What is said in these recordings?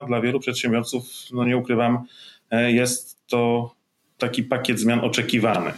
dla wielu przedsiębiorców, no nie ukrywam, jest to taki pakiet zmian oczekiwany.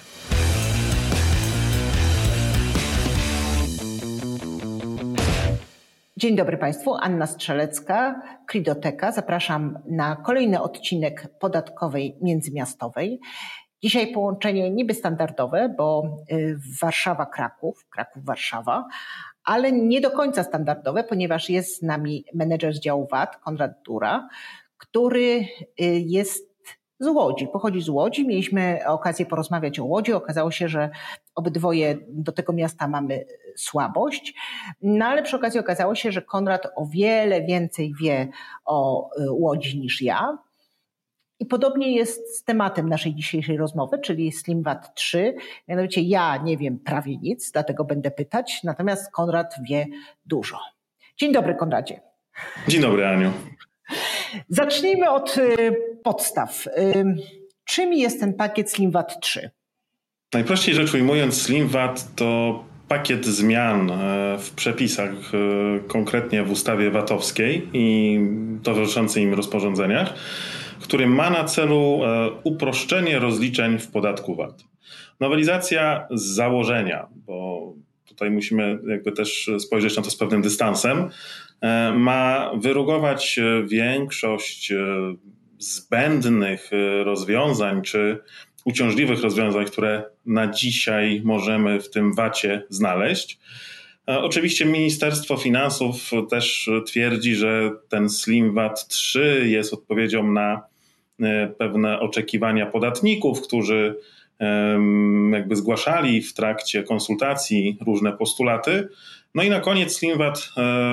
Dzień dobry Państwu, Anna Strzelecka, Cridoteka. Zapraszam na kolejny odcinek podatkowej międzymiastowej. Dzisiaj połączenie niby standardowe, bo Warszawa-Kraków, Kraków-Warszawa, ale nie do końca standardowe, ponieważ jest z nami menedżer z działu VAT, Konrad Dura, który jest z Łodzi, pochodzi z Łodzi. Mieliśmy okazję porozmawiać o Łodzi. Okazało się, że obydwoje do tego miasta mamy słabość. No ale przy okazji okazało się, że Konrad o wiele więcej wie o Łodzi niż ja. I podobnie jest z tematem naszej dzisiejszej rozmowy, czyli Slim VAT 3. Mianowicie ja nie wiem prawie nic, dlatego będę pytać, natomiast Konrad wie dużo. Dzień dobry, Konradzie. Dzień dobry, Aniu. Zacznijmy od podstaw. Czym jest ten pakiet Slim VAT 3? Najprościej rzecz ujmując, Slim VAT to pakiet zmian w przepisach, konkretnie w ustawie VAT-owskiej i towarzyszących im rozporządzeniach, który ma na celu uproszczenie rozliczeń w podatku VAT. Nowelizacja z założenia, bo tutaj musimy jakby też spojrzeć na to z pewnym dystansem, ma wyrugować większość zbędnych rozwiązań czy uciążliwych rozwiązań, które na dzisiaj możemy w tym VAT-ie znaleźć. Oczywiście Ministerstwo Finansów też twierdzi, że ten Slim VAT 3 jest odpowiedzią na pewne oczekiwania podatników, którzy jakby zgłaszali w trakcie konsultacji różne postulaty. No i na koniec Slim VAT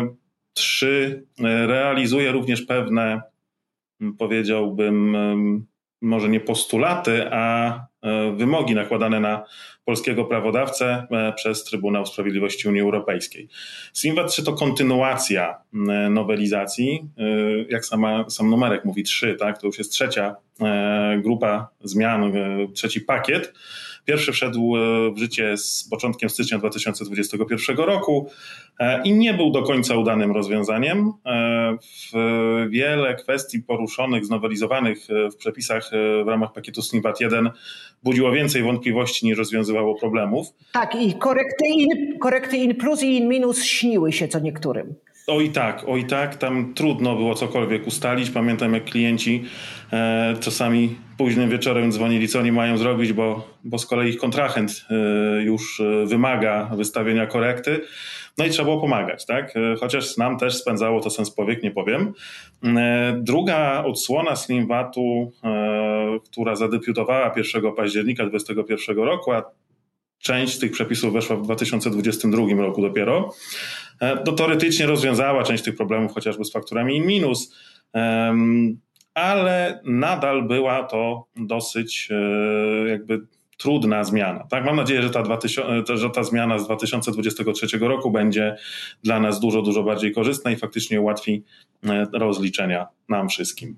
3 realizuje również pewne, powiedziałbym, może nie postulaty, a wymogi nakładane na polskiego prawodawcę przez Trybunał Sprawiedliwości Unii Europejskiej. Slim VAT 3 to kontynuacja nowelizacji, jak sam numerek mówi 3, tak? To już jest trzecia grupa zmian, trzeci pakiet. Pierwszy wszedł w życie z początkiem stycznia 2021 roku i nie był do końca udanym rozwiązaniem. Wiele kwestii poruszonych, znowelizowanych w przepisach w ramach pakietu Slim VAT 1 budziło więcej wątpliwości niż rozwiązywało problemów. Tak, i korekty in plus i in minus śniły się co niektórym. Oj tak, tam trudno było cokolwiek ustalić. Pamiętam, jak klienci czasami późnym wieczorem dzwonili, co oni mają zrobić, bo z kolei ich kontrahent już wymaga wystawienia korekty. No i trzeba było pomagać, tak? Chociaż nam też spędzało to sens powiek, nie powiem. Druga odsłona Slim VAT-u, która zadebiutowała 1 października 2021 roku, a część z tych przepisów weszła w 2022 roku dopiero, to teoretycznie rozwiązała część tych problemów, chociażby z fakturami in minus, ale nadal była to dosyć jakby trudna zmiana. Tak? Mam nadzieję, że ta zmiana z 2023 roku będzie dla nas dużo, dużo bardziej korzystna i faktycznie ułatwi rozliczenia nam wszystkim.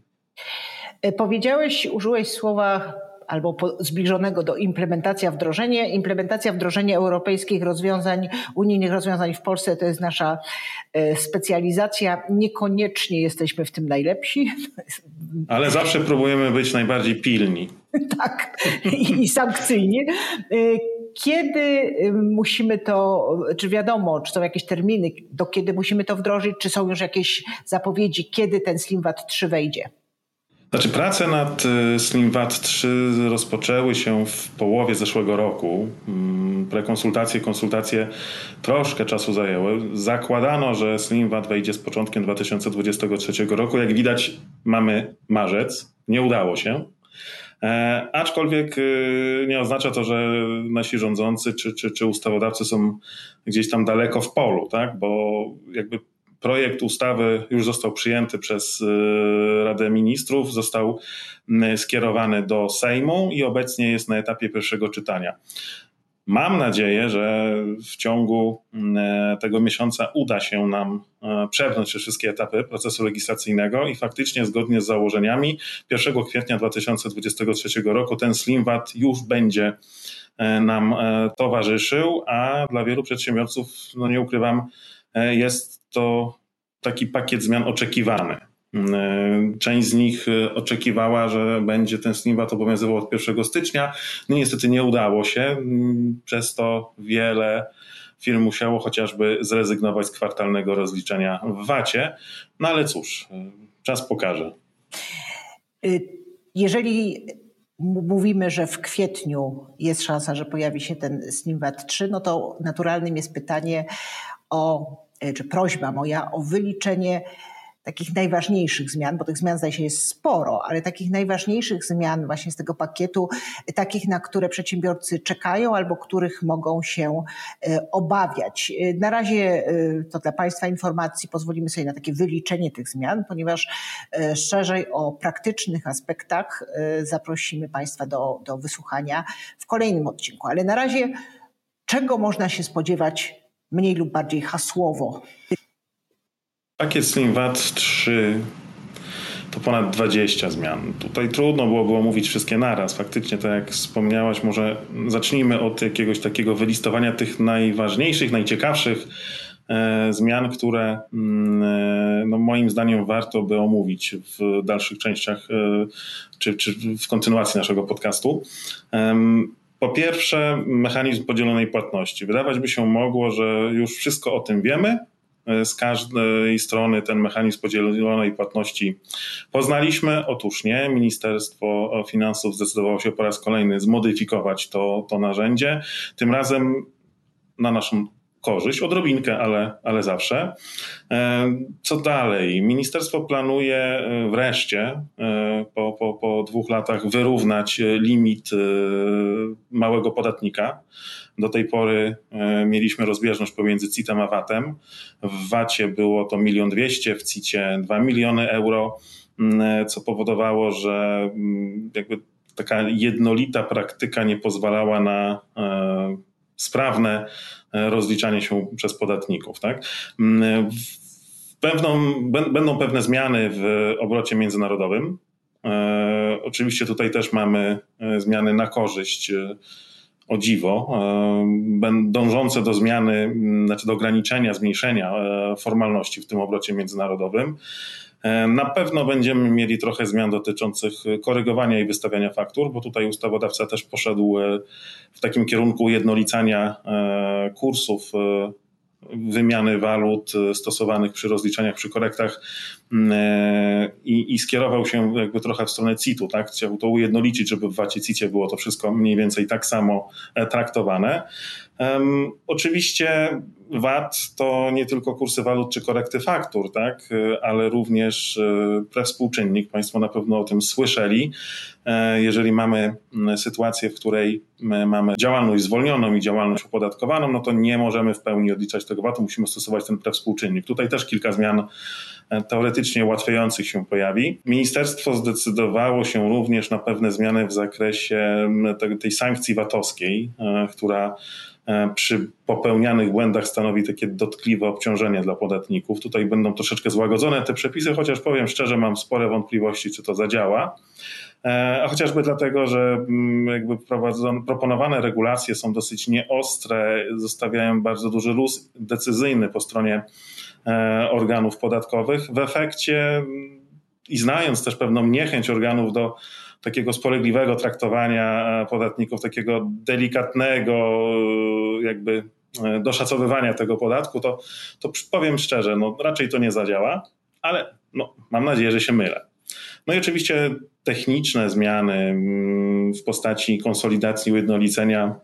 Użyłeś słowa albo zbliżonego do implementacja, wdrożenie europejskich rozwiązań, unijnych rozwiązań w Polsce to jest nasza specjalizacja. Niekoniecznie jesteśmy w tym najlepsi. Ale zawsze próbujemy być najbardziej pilni. Tak, i sankcyjni. Kiedy musimy to, czy wiadomo, czy są jakieś terminy, do kiedy musimy to wdrożyć, czy są już jakieś zapowiedzi, kiedy ten Slim VAT 3 wejdzie? Znaczy prace nad Slim VAT 3 rozpoczęły się w połowie zeszłego roku. Konsultacje troszkę czasu zajęły. Zakładano, że Slim VAT wejdzie z początkiem 2023 roku. Jak widać, mamy marzec. Nie udało się. Aczkolwiek nie oznacza to, że nasi rządzący czy ustawodawcy są gdzieś tam daleko w polu, tak? Bo jakby projekt ustawy już został przyjęty przez Radę Ministrów, został skierowany do Sejmu i obecnie jest na etapie pierwszego czytania. Mam nadzieję, że w ciągu tego miesiąca uda się nam przepchnąć przez wszystkie etapy procesu legislacyjnego i faktycznie zgodnie z założeniami 1 kwietnia 2023 roku ten Slim VAT już będzie nam towarzyszył, a dla wielu przedsiębiorców, no nie ukrywam, jest to taki pakiet zmian oczekiwany. Część z nich oczekiwała, że będzie ten Slim VAT obowiązywał od 1 stycznia. No niestety nie udało się. Przez to wiele firm musiało chociażby zrezygnować z kwartalnego rozliczenia w VAT-ie. No ale cóż, czas pokaże. Jeżeli mówimy, że w kwietniu jest szansa, że pojawi się ten Slim VAT 3, no to naturalnym jest pytanie czy prośba moja o wyliczenie takich najważniejszych zmian, bo tych zmian zdaje się jest sporo, ale takich najważniejszych zmian właśnie z tego pakietu, takich, na które przedsiębiorcy czekają albo których mogą się obawiać. Na razie to dla Państwa informacji pozwolimy sobie na takie wyliczenie tych zmian, ponieważ szerzej o praktycznych aspektach zaprosimy Państwa do wysłuchania w kolejnym odcinku. Ale na razie czego można się spodziewać mniej lub bardziej hasłowo? Pakiet Slim VAT 3 to ponad 20 zmian. Tutaj trudno byłoby omówić wszystkie naraz. Faktycznie, tak jak wspomniałaś, może zacznijmy od jakiegoś takiego wylistowania tych najważniejszych, najciekawszych zmian, które no moim zdaniem warto by omówić w dalszych częściach czy w kontynuacji naszego podcastu. Po pierwsze, mechanizm podzielonej płatności. Wydawać by się mogło, że już wszystko o tym wiemy. Z każdej strony ten mechanizm podzielonej płatności poznaliśmy. Otóż nie. Ministerstwo Finansów zdecydowało się po raz kolejny zmodyfikować to narzędzie. Tym razem na naszą korzyść, odrobinkę, ale zawsze. Co dalej? Ministerstwo planuje wreszcie po 2 latach wyrównać limit małego podatnika. Do tej pory mieliśmy rozbieżność pomiędzy CIT-em a VAT-em. W VAT-ie było to 1 200 000, w CIT-ie 2 miliony euro, co powodowało, że jakby taka jednolita praktyka nie pozwalała na sprawne rozliczanie się przez podatników. Tak? Będą pewne zmiany w obrocie międzynarodowym. Oczywiście tutaj też mamy zmiany na korzyść, o dziwo, dążące do zmiany, znaczy do ograniczenia, zmniejszenia formalności w tym obrocie międzynarodowym. Na pewno będziemy mieli trochę zmian dotyczących korygowania i wystawiania faktur, bo tutaj ustawodawca też poszedł w takim kierunku ujednolicania kursów wymiany walut stosowanych przy rozliczeniach, przy korektach i skierował się jakby trochę w stronę CIT-u, tak? Chciał to ujednolicić, żeby w VAT-cie, CIT-cie było to wszystko mniej więcej tak samo traktowane. Oczywiście VAT to nie tylko kursy walut czy korekty faktur, tak? Ale również prewspółczynnik. Państwo na pewno o tym słyszeli. Jeżeli mamy sytuację, w której mamy działalność zwolnioną i działalność opodatkowaną, no to nie możemy w pełni odliczać tego VAT-u, musimy stosować ten prewspółczynnik. Tutaj też kilka zmian teoretycznie ułatwiających się pojawi. Ministerstwo zdecydowało się również na pewne zmiany w zakresie tej sankcji VAT-owskiej, która przy popełnianych błędach stanowi takie dotkliwe obciążenie dla podatników. Tutaj będą troszeczkę złagodzone te przepisy, chociaż powiem szczerze, mam spore wątpliwości, czy to zadziała. A chociażby dlatego, że jakby proponowane regulacje są dosyć nieostre, zostawiają bardzo duży luz decyzyjny po stronie organów podatkowych. W efekcie i znając też pewną niechęć organów do takiego spolegliwego traktowania podatników, takiego delikatnego jakby doszacowywania tego podatku, to powiem szczerze, no raczej to nie zadziała, ale no, mam nadzieję, że się mylę. No i oczywiście techniczne zmiany w postaci konsolidacji, ujednolicenia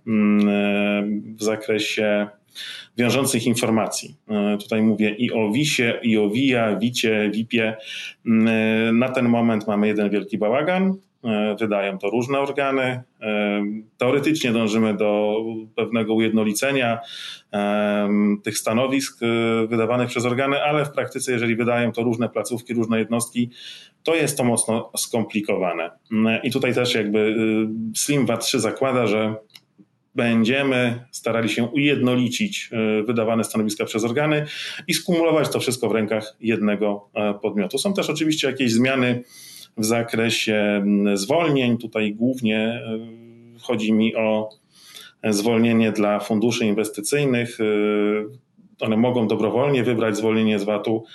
w zakresie wiążących informacji. Tutaj mówię i o WIS-ie, i o WIA, WIT-cie, WIP-ie. Na ten moment mamy jeden wielki bałagan. Wydają to różne organy. Teoretycznie dążymy do pewnego ujednolicenia tych stanowisk wydawanych przez organy, ale w praktyce, jeżeli wydają to różne placówki, różne jednostki, to jest to mocno skomplikowane. I tutaj też jakby Slim VAT 3 zakłada, że będziemy starali się ujednolicić wydawane stanowiska przez organy i skumulować to wszystko w rękach jednego podmiotu. Są też oczywiście jakieś zmiany w zakresie zwolnień. Tutaj głównie chodzi mi o zwolnienie dla funduszy inwestycyjnych. One mogą dobrowolnie wybrać zwolnienie z VAT-u.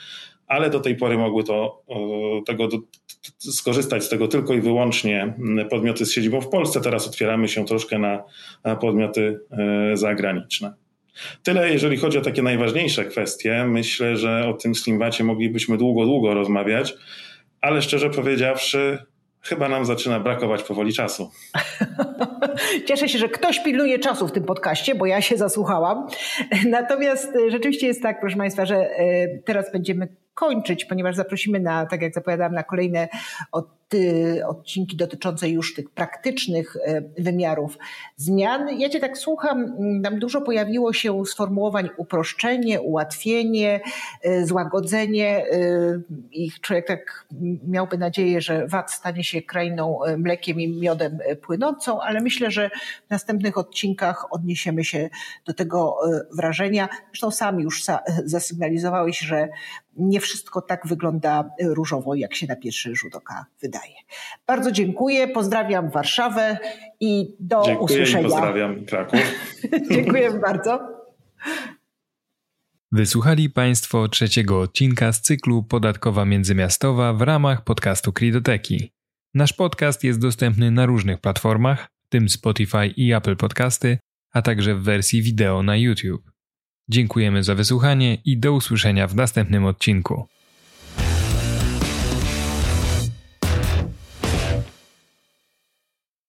ale do tej pory mogły skorzystać z tego tylko i wyłącznie podmioty z siedzibą w Polsce. Teraz otwieramy się troszkę na podmioty zagraniczne. Tyle, jeżeli chodzi o takie najważniejsze kwestie. Myślę, że o tym Slimvacie moglibyśmy długo rozmawiać, ale szczerze powiedziawszy, chyba nam zaczyna brakować powoli czasu. Cieszę się, że ktoś pilnuje czasu w tym podcaście, bo ja się zasłuchałam. Natomiast rzeczywiście jest tak, proszę Państwa, że teraz będziemy kończyć, ponieważ zaprosimy tak jak zapowiadałam, na kolejne odcinki dotyczące już tych praktycznych wymiarów zmian. Ja Cię tak słucham, tam dużo pojawiło się sformułowań uproszczenie, ułatwienie, złagodzenie i człowiek tak miałby nadzieję, że VAT stanie się krainą mlekiem i miodem płynącą, ale myślę, że w następnych odcinkach odniesiemy się do tego wrażenia. Zresztą sam już zasygnalizowałeś, że nie wszystko tak wygląda różowo, jak się na pierwszy rzut oka wydaje. Bardzo dziękuję, pozdrawiam Warszawę i do usłyszenia. Dziękuję i pozdrawiam Kraków. Dziękuję bardzo. Wysłuchali Państwo 3. odcinka z cyklu Podatkowa Międzymiastowa w ramach podcastu Cridoteki. Nasz podcast jest dostępny na różnych platformach, w tym Spotify i Apple Podcasty, a także w wersji wideo na YouTube. Dziękujemy za wysłuchanie i do usłyszenia w następnym odcinku.